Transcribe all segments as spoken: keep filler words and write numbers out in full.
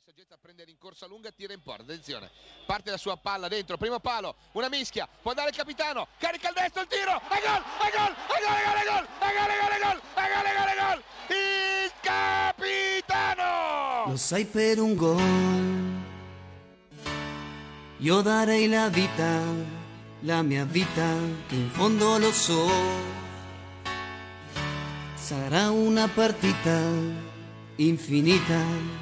saggezza a prendere in corsa lunga, tira in porta, attenzione, parte la sua palla dentro, primo palo, una mischia, può andare il capitano, carica il destro, il tiro, e gol, e gol, e gol, e gol, e gol, e gol, e gol, e gol, e gol, e gol, e gol, il capitano! Lo sai, per un gol io darei la vita, la mia vita, che in fondo lo so, sarà una partita infinita.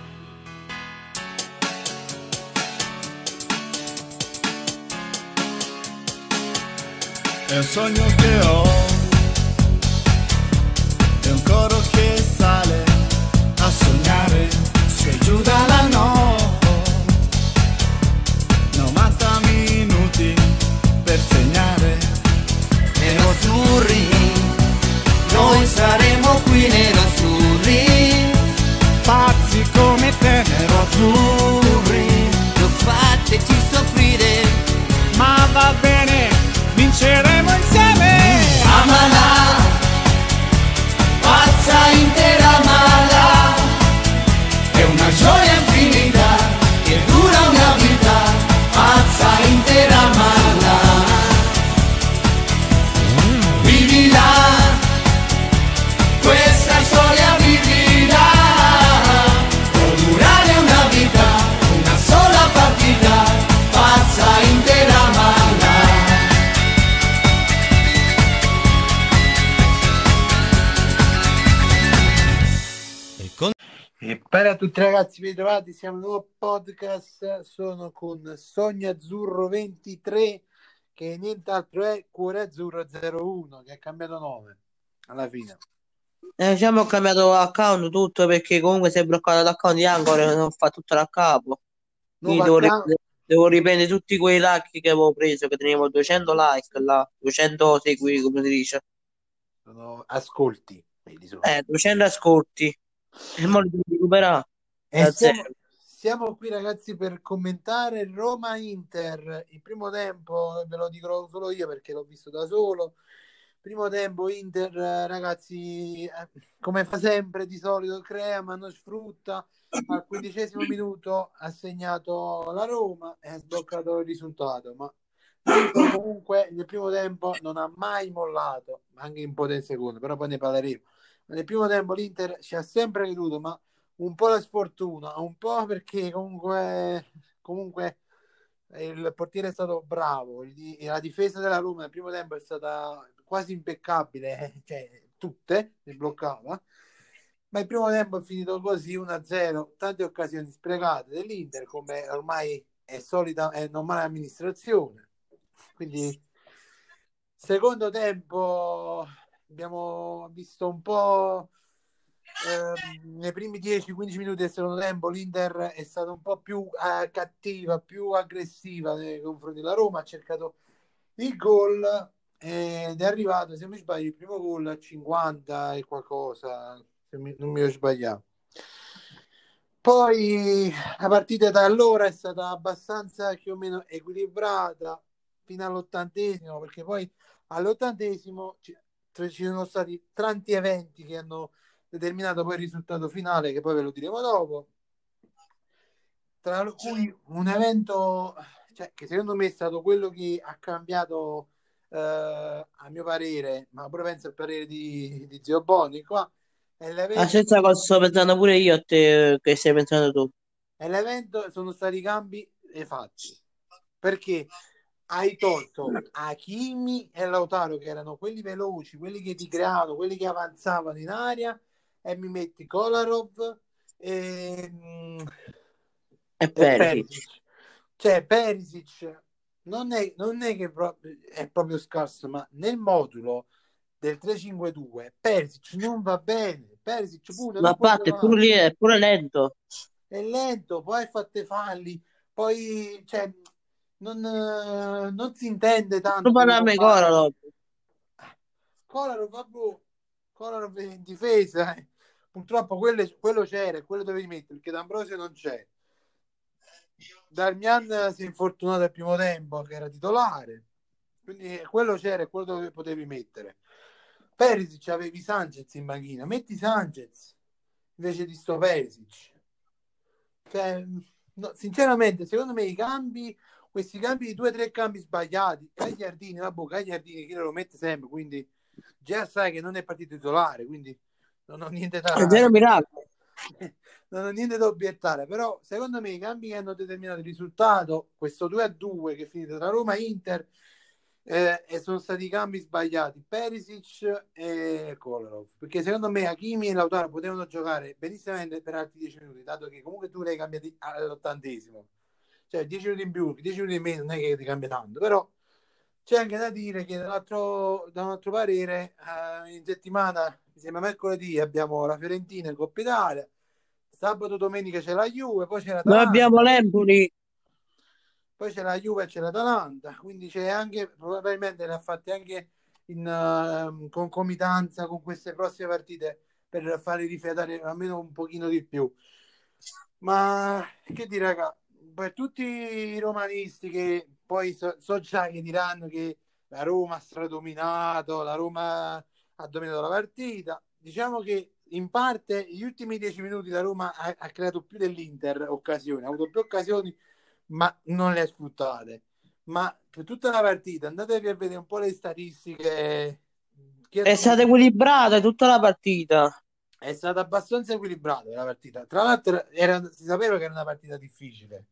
È un sogno che ho, è un coro che sale a sognare, su e giù dalla notte, novanta minuti per segnare. Nerazzurri, noi saremo qui nerazzurri, Pazzi come te, nerazzurri, lo fateci soffrire, ma va bene, vinceremo insieme. amala, pazza intera mala, è una gioia infinita che dura una vita, pazza intera mala, vivila, questa storia vivila, può durare una vita, una sola partita, pazza intera mala. E bene a tutti ragazzi, ben trovati, siamo in un nuovo podcast, sono con Sogno Azzurro ventitré, che nient'altro è Cuore Azzurro zero uno, che ha cambiato nome alla fine. Eh, diciamo ho cambiato account tutto perché comunque si è bloccato l'account di Anchor e non fa tutto da capo. Quindi Nuovo devo account, riprendere, devo riprendere tutti quei like che avevo preso, che tenevo duecento like là, duecento segui, come si dice. sono ascolti, vedi, sono. Eh, duecento ascolti. E mo li devo recuperare E da siamo, zero. siamo qui ragazzi per commentare Roma-Inter. Il primo tempo, ve lo dico solo io perché l'ho visto da solo. Primo tempo Inter, eh, ragazzi, eh, come fa sempre di solito, crea ma non sfrutta. Al quindicesimo minuto ha segnato la Roma e ha sbloccato il risultato. Ma l'Inter comunque nel primo tempo non ha mai mollato, anche in po' del secondo, però poi ne parleremo. Nel primo tempo l'Inter ci ha sempre creduto, ma un po' la sfortuna, un po' perché comunque, comunque il portiere è stato bravo, il- la difesa della Roma nel primo tempo è stata quasi impeccabile, eh, cioè tutte, ne bloccava, ma il primo tempo è finito così uno a zero, tante occasioni sprecate dell'Inter, come ormai è solita, è normale amministrazione. Quindi secondo tempo abbiamo visto un po' ehm, nei primi dieci quindici minuti del secondo tempo l'Inter è stata un po' più eh, cattiva, più aggressiva nei confronti della Roma, ha cercato il gol ed è arrivato, se mi sbaglio, il primo gol a cinquanta e qualcosa, se mi- non mi ho sbagliato. Poi la partita da allora è stata abbastanza più o meno equilibrata fino all'ottantesimo, perché poi all'ottantesimo ci, ci sono stati tanti eventi che hanno determinato poi il risultato finale, che poi ve lo diremo dopo, tra cui un evento, cioè, che secondo me è stato quello che ha cambiato, eh, a mio parere, ma pure penso il parere di, di Zio Boni qua, è La l'evento, stessa cosa sto pensando pure io a te che stai pensando tu. è l'evento sono stati i cambi e fatti, perché hai tolto Hakimi e Lautaro, che erano quelli veloci, quelli che ti creavano, quelli che avanzavano in aria, e mi metti Kolarov e, mm, E e Perisic. Perisic. Cioè Perisic non è, non è che pro- è proprio scarso, ma nel modulo del tre cinque due Perisic non va bene. Perisic pure Ma non a può parte è pure giocare, lì, è pure lento. è lento, poi fate falli, poi cioè, non, eh, non si intende Non tanto come parlarmi ancora, comanda. no. Kolarov, vabbè, Kolarov in difesa, eh. Purtroppo quello, quello c'era, quello dovevi mettere, perché D'Ambrosio non c'è. Darmian si è infortunato al primo tempo, che era titolare, quindi quello c'era e quello dove potevi mettere. Perisic, avevi Sanchez in banchina, metti Sanchez invece di sto Perisic. cioè, no, sinceramente, secondo me i cambi, questi cambi di due o tre cambi sbagliati, Gagliardini, vabbè, Gagliardini chi lo mette sempre, quindi già sai che non è partito titolare, quindi non ho niente da Zero miracolo. non ho niente da obiettare, però secondo me i cambi che hanno determinato il risultato, questo due a due che è finito tra Roma e Inter, eh, e sono stati cambi sbagliati, Perisic e Kolarov, perché secondo me Hakimi e Lautaro potevano giocare benissimamente per altri dieci minuti, dato che comunque tu li hai cambiati all'ottantesimo, cioè dieci minuti in più, dieci minuti in meno, non è che ti cambia tanto, però c'è anche da dire che dall'altro, da un altro parere, eh, in settimana, mi sembra mercoledì, abbiamo la Fiorentina in Coppa Italia, sabato domenica c'è la Juve, poi c'è Noi l'Atalanta, abbiamo l'Empoli. poi c'è la Juve e c'è l'Atalanta, quindi c'è anche, probabilmente ne ha fatte anche in uh, concomitanza con queste prossime partite per farli rifredare almeno un pochino di più. Ma che dire, raga, per tutti i romanisti che poi so, so già che diranno che la Roma ha stradominato, la Roma ha dominato la partita, diciamo che in parte gli ultimi dieci minuti la Roma ha, ha creato più dell'Inter occasioni, ha avuto più occasioni ma non le ha sfruttate. Ma per tutta la partita andatevi a vedere un po' le statistiche. Chi ha È stata dominato- equilibrata tutta la partita. È stata abbastanza equilibrata la partita. Tra l'altro era, si sapeva che era una partita difficile.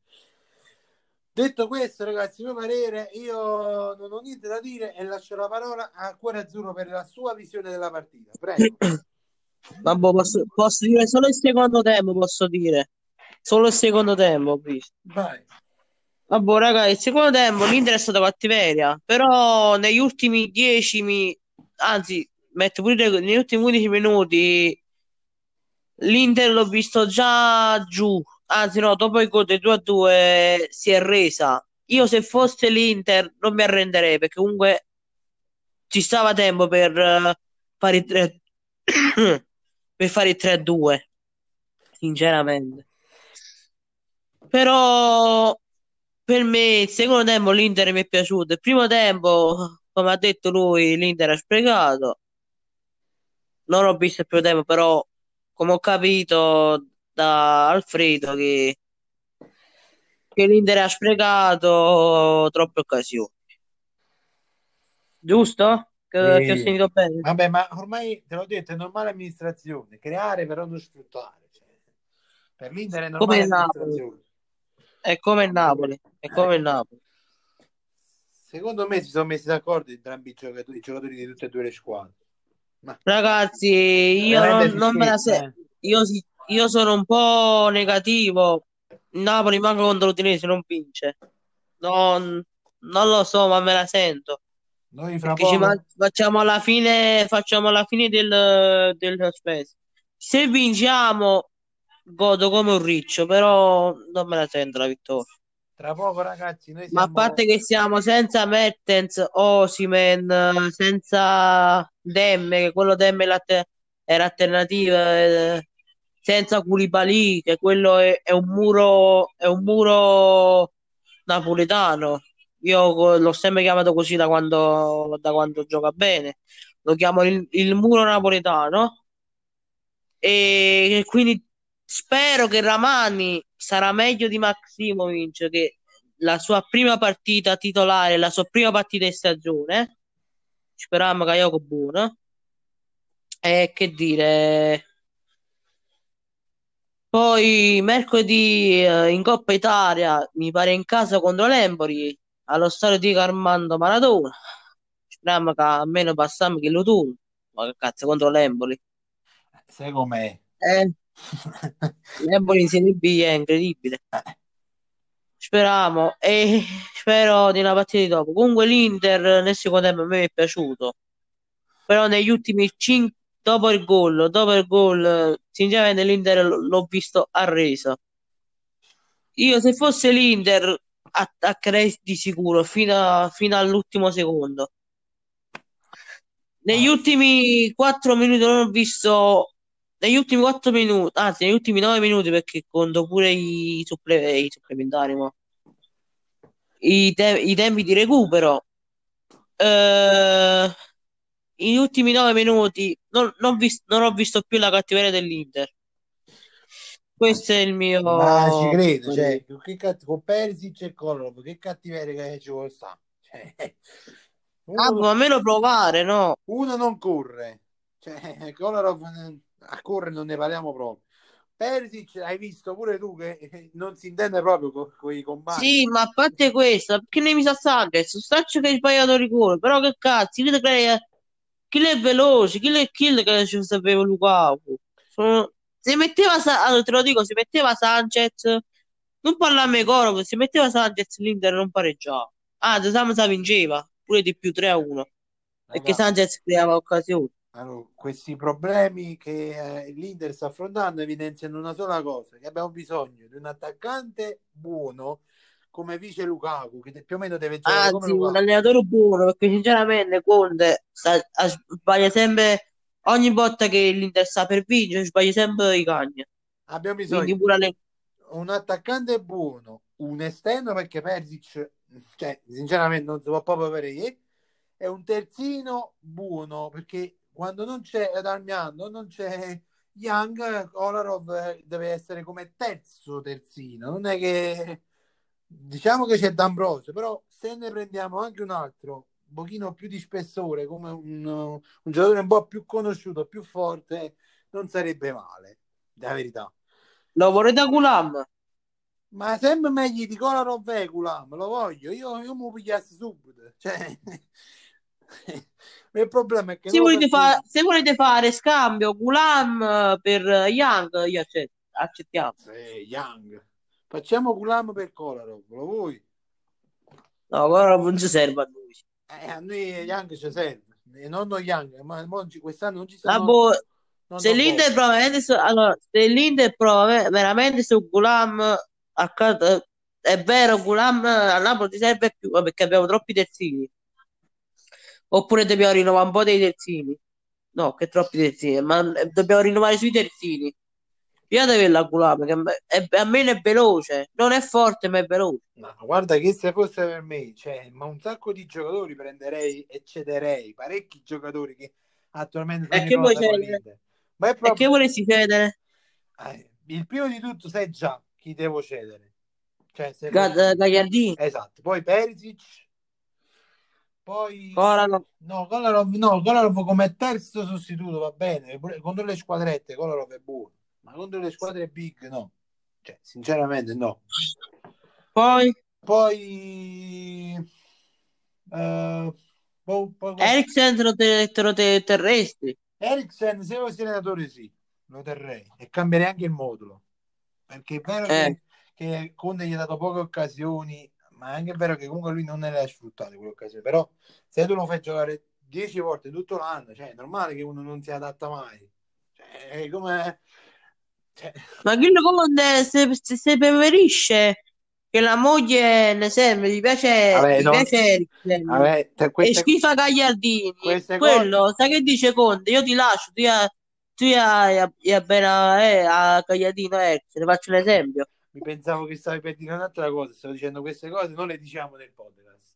Detto questo, ragazzi, il mio parere, io non ho niente da dire e lascio la parola a Cuore Azzurro per la sua visione della partita. Prego. Vabbè, posso, posso dire solo il secondo tempo, posso dire. Solo il secondo tempo ho visto. Vai. Vabbè, raga, il secondo tempo l'Inter è stata cattiveria, però negli ultimi dieci mi... anzi, metto pure negli ultimi undici minuti l'Inter l'ho visto già giù, anzi no, dopo il gol del due a due si è resa. Io se fosse l'Inter non mi arrenderei perché comunque ci stava tempo per eh, fare il tre per fare il tre a due, sinceramente. Però per me il secondo tempo l'Inter mi è piaciuto. Il primo tempo, come ha detto lui, l'Inter ha sprecato. Non ho visto il primo tempo, però come ho capito da Alfredo che, che l'Inter ha sprecato troppe occasioni. Giusto? Che, che ho Sì. sentito bene? Vabbè, ma ormai te l'ho detto, è normale amministrazione, creare però non sfruttare. Cioè, per l'Inter è Come normale il Napoli. amministrazione. È come il Napoli. È come il Napoli. Secondo me si sono messi d'accordo entrambi i giocatori, i giocatori di tutte e due le squadre. Ma Ragazzi, io veramente non, si non me la scherza, se... eh. io, si- io sono un po' negativo. Il Napoli manca contro l'Udinese, non vince. Non, non lo so, ma me la sento. Noi fra Perché ci ma- poco, facciamo alla fine, facciamo alla fine del, del suspense. Se vinciamo, godo come un riccio, però non me la sento la vittoria. tra poco ragazzi, noi Ma a parte siamo... che siamo senza Mertens, Osimhen, senza Demme, che quello Demme l'alter- era alternativa, eh, senza Koulibaly, che quello è, è un muro, è un muro napoletano. Io co- l'ho sempre chiamato così da quando, da quando gioca bene. Lo chiamo il, il muro napoletano. E quindi spero che Ramani sarà meglio di Maximovic, che la sua prima partita titolare, la sua prima partita in stagione. Speriamo che giochi buono. E che dire, poi mercoledì eh, in Coppa Italia mi pare in casa contro l'Empoli allo stadio di Armando Maradona. Speriamo che almeno passiamo che lo tu. Ma che cazzo contro l'Empoli? Sai com'è? Eh, l'Empoli in Serie B è incredibile. Speriamo e spero di una partita di dopo. Comunque l'Inter nel secondo tempo a me è piaciuto, però negli ultimi cinque dopo il gol, dopo il gol, sinceramente l'Inter l- l'ho visto arreso. Io se fosse l'Inter attaccherei di sicuro fino, a- fino all'ultimo secondo. Negli Ah, ultimi quattro minuti non ho visto, negli ultimi quattro minuti, anzi negli ultimi nove minuti perché conto pure i, supple- i supplementari, mo. I, te- i tempi di recupero. Eh, Gli ultimi nove minuti non, non vis- non ho visto più la cattiveria dell'Inter. Questo è il mio Ma ci credo, parere. cioè, che cat- con Perisic e Kolarov, che cattiveria che ci vuole sta? Cioè, Ah, uno, boh, almeno provare, no? uno non corre, cioè, Kolarov eh, a correre non ne parliamo proprio. Perisic, hai visto pure tu che eh, non si intende proprio con i compagni. Sì, ma a parte questo, perché ne mi sa Sanchez? Staccio che hai sbagliato il rigore, però che cazzo, chi, te crea- chi è veloce, chi è kill che ci sapeva Lukaku? Sono- Se metteva, Sa- allora, te lo dico, se metteva Sanchez, non parlarmi di Coro, se metteva Sanchez l'Inter non pareggiava. Anzi, Samsa vinceva, pure di più tre a uno, perché Raga, Sanchez creava occasioni. allora, questi problemi che eh, l'Inter sta affrontando evidenziano una sola cosa, che abbiamo bisogno di un attaccante buono come vice Lukaku, che più o meno deve giocare come Anzi, un Lukaku. allenatore buono, perché sinceramente Conte sta- a- sbaglia sempre, ogni volta che l'Inter sta per vincere, sbaglia sempre i cagni. Abbiamo Quindi bisogno pure alle- di un attaccante buono, un esterno perché Perisic, cioè, sinceramente non si può proprio vedere, e un terzino buono perché quando non c'è Darmian, non c'è Young, Kolarov eh, deve essere come terzo terzino, non è che diciamo che c'è D'Ambrosio, però se ne prendiamo anche un altro un pochino più di spessore, come un, un giocatore un po' più conosciuto, più forte, non sarebbe male, la verità. lo vorrei da Gulam. Ma sempre meglio di Kolarov e Gulam, lo voglio, io, io mi pigliassi subito, cioè, il problema è che Se non lo volete, faccio fa- io. se volete fare scambio Gulam eh, per Young, io accetto- accettiamo. Sì, Young. Facciamo Gulam per Kolarov, lo vuoi? No, ora non ci serve a noi. Eh, a noi Young ci serve, e non lo Young, ma mo ci- quest'anno non ci Ah, stanno, boh, non se non l'Inter poco. prova veramente su, allora, se l'Inter prova ve- veramente su Gulam, a ca- eh, è vero, Gulam a Napoli ti serve più eh, perché abbiamo troppi terzini. Oppure dobbiamo rinnovare un po' dei terzini. No, che troppi terzini, ma eh, dobbiamo rinnovare sui terzini. Io devo la Gulam, che è, è- almeno è veloce, non è forte, ma è veloce. Ma guarda che se fosse per me, cioè, ma un sacco di giocatori prenderei e cederei, parecchi giocatori che attualmente E sono in che vuoi rosa con cedere? l'Inter. Ma è E che proprio vorresti cedere? eh, il primo di tutto sai già chi devo cedere. Cioè, se Ga- posso eh, dire. Gagliardini? Esatto, poi Perisic, poi Corano? no, Kolarov, no, Kolarov come terzo sostituto va bene, pure contro le squadrette Kolarov è buono, ma contro le squadre big no. Cioè, sinceramente no. Poi Poi eh, poi- poi- Eriksen te lo, te- te lo te- terresti? Eriksen, se fossi allenatore sì, lo terrei e cambierei anche il modulo, perché è vero Eh. che, che Conte gli ha dato poche occasioni, ma è anche vero che comunque lui non ne le ha sfruttate quelle occasioni, però se tu lo fai giocare dieci volte tutto l'anno, cioè è normale che uno non si adatta mai, cioè, è come... Cioè, Ma chi lo Conte se, se, se preferisce che la moglie ne serve, gli piace, vabbè, gli non... piace Eriksen vabbè, te- e queste, schifa Gagliardini, queste cose... quello, sai che dice Conte? Io ti lascio, tu ya, tu ya, ya, ya bene eh, a Gagliardino Eriksen, faccio un esempio. Mi pensavo che stavi per dire un'altra cosa, stavo dicendo queste cose, non le diciamo nel podcast.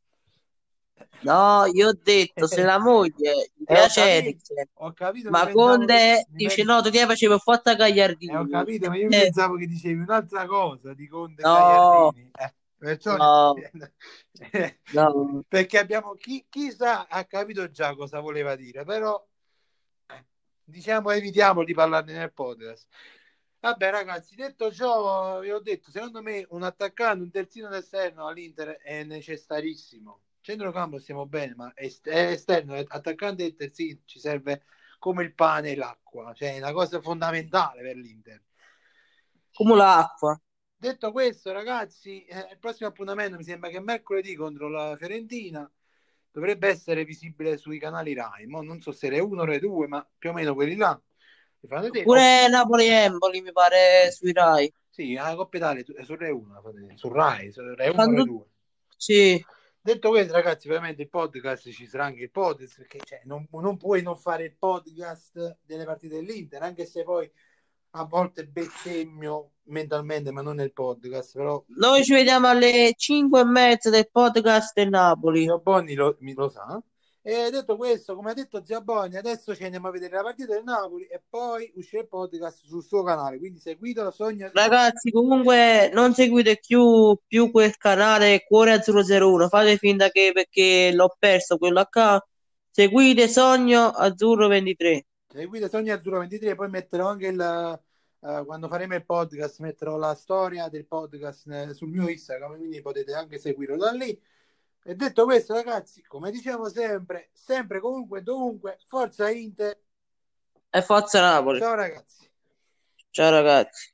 No, io ho detto se la moglie gli E ho piace capito, Eriksen, ho capito, mi ma pensavo che Conte mi dice pens- no, tu ti facevi forza a eh, ho Gagliardini. capito, ma io mi Eh, pensavo che dicevi un'altra cosa di Conte e no, Gagliardini. Eh, perciò ne sto no, dicendo. no. Perché abbiamo chi, chi sa ha capito già cosa voleva dire, però eh, diciamo evitiamo di parlarne nel podcast. Vabbè ragazzi, detto ciò, vi ho detto, secondo me un attaccante, un terzino esterno all'Inter è necessarissimo. Centrocampo stiamo bene, ma est- è esterno, è attaccante e terzino ci serve come il pane e l'acqua, cioè è una cosa fondamentale per l'Inter. Come l'acqua. Detto questo, ragazzi, eh, il prossimo appuntamento mi sembra che mercoledì contro la Fiorentina dovrebbe essere visibile sui canali Rai. Mo non so se Rai uno o Rai due, ma più o meno quelli là. Mi fanno vedere. Oh, Pure Napoli-Empoli mi pare sui Rai. sì, la Coppa Italia è su Rai uno, la fate vedere, su Rai, su Rai uno o Rai Quando... due. Sì, Detto questo, ragazzi, veramente il podcast ci sarà anche il podcast perché cioè, non, non puoi non fare il podcast delle partite dell'Inter, anche se poi a volte bestemmio mentalmente, ma non nel podcast. Però noi ci vediamo alle cinque e mezza del podcast del Napoli. Zio Bonni lo, mi- lo sa E detto questo, come ha detto Ziaboni, adesso ci andiamo a vedere la partita del Napoli e poi uscirà il podcast sul suo canale, quindi seguitelo, Sogno. Ragazzi, comunque non seguite più, più quel canale Cuore Azzurro zero uno, fate finta che perché l'ho perso quello acca. Seguite Sogno Azzurro ventitré. Seguite Sogno Azzurro ventitré, poi metterò anche il eh, quando faremo il podcast, metterò la storia del podcast eh, sul mio Instagram, quindi potete anche seguirlo da lì. E detto questo, ragazzi, come diciamo sempre, sempre, comunque, dovunque, forza Inter. E forza Napoli. Ciao ragazzi. Ciao ragazzi.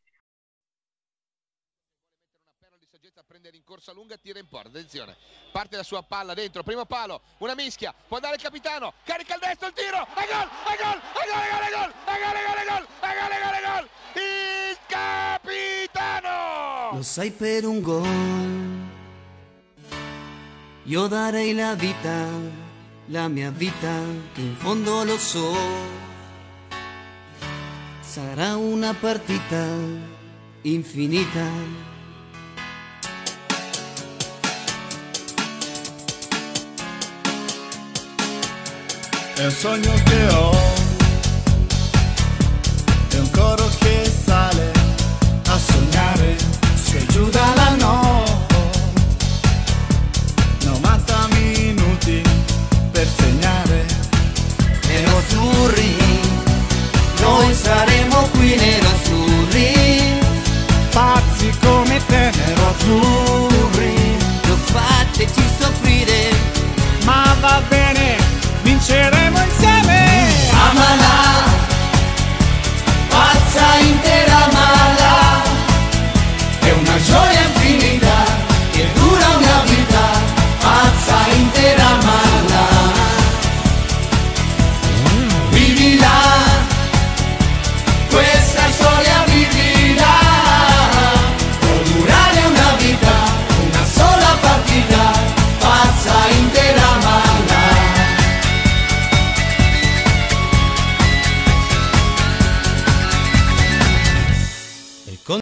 Una perla di saggezza, prende in corsa lunga, tira in porta, attenzione, parte la sua palla dentro, primo palo, una mischia, può andare il capitano, carica il destro, il tiro, e gol, e gol, e gol, e gol, e gol, e gol, e gol, e gol, e gol, e gol, il capitano! Lo sai, per un gol io darei la vita, la mia vita, che in fondo lo so, sarà una partita infinita. È un sogno che ho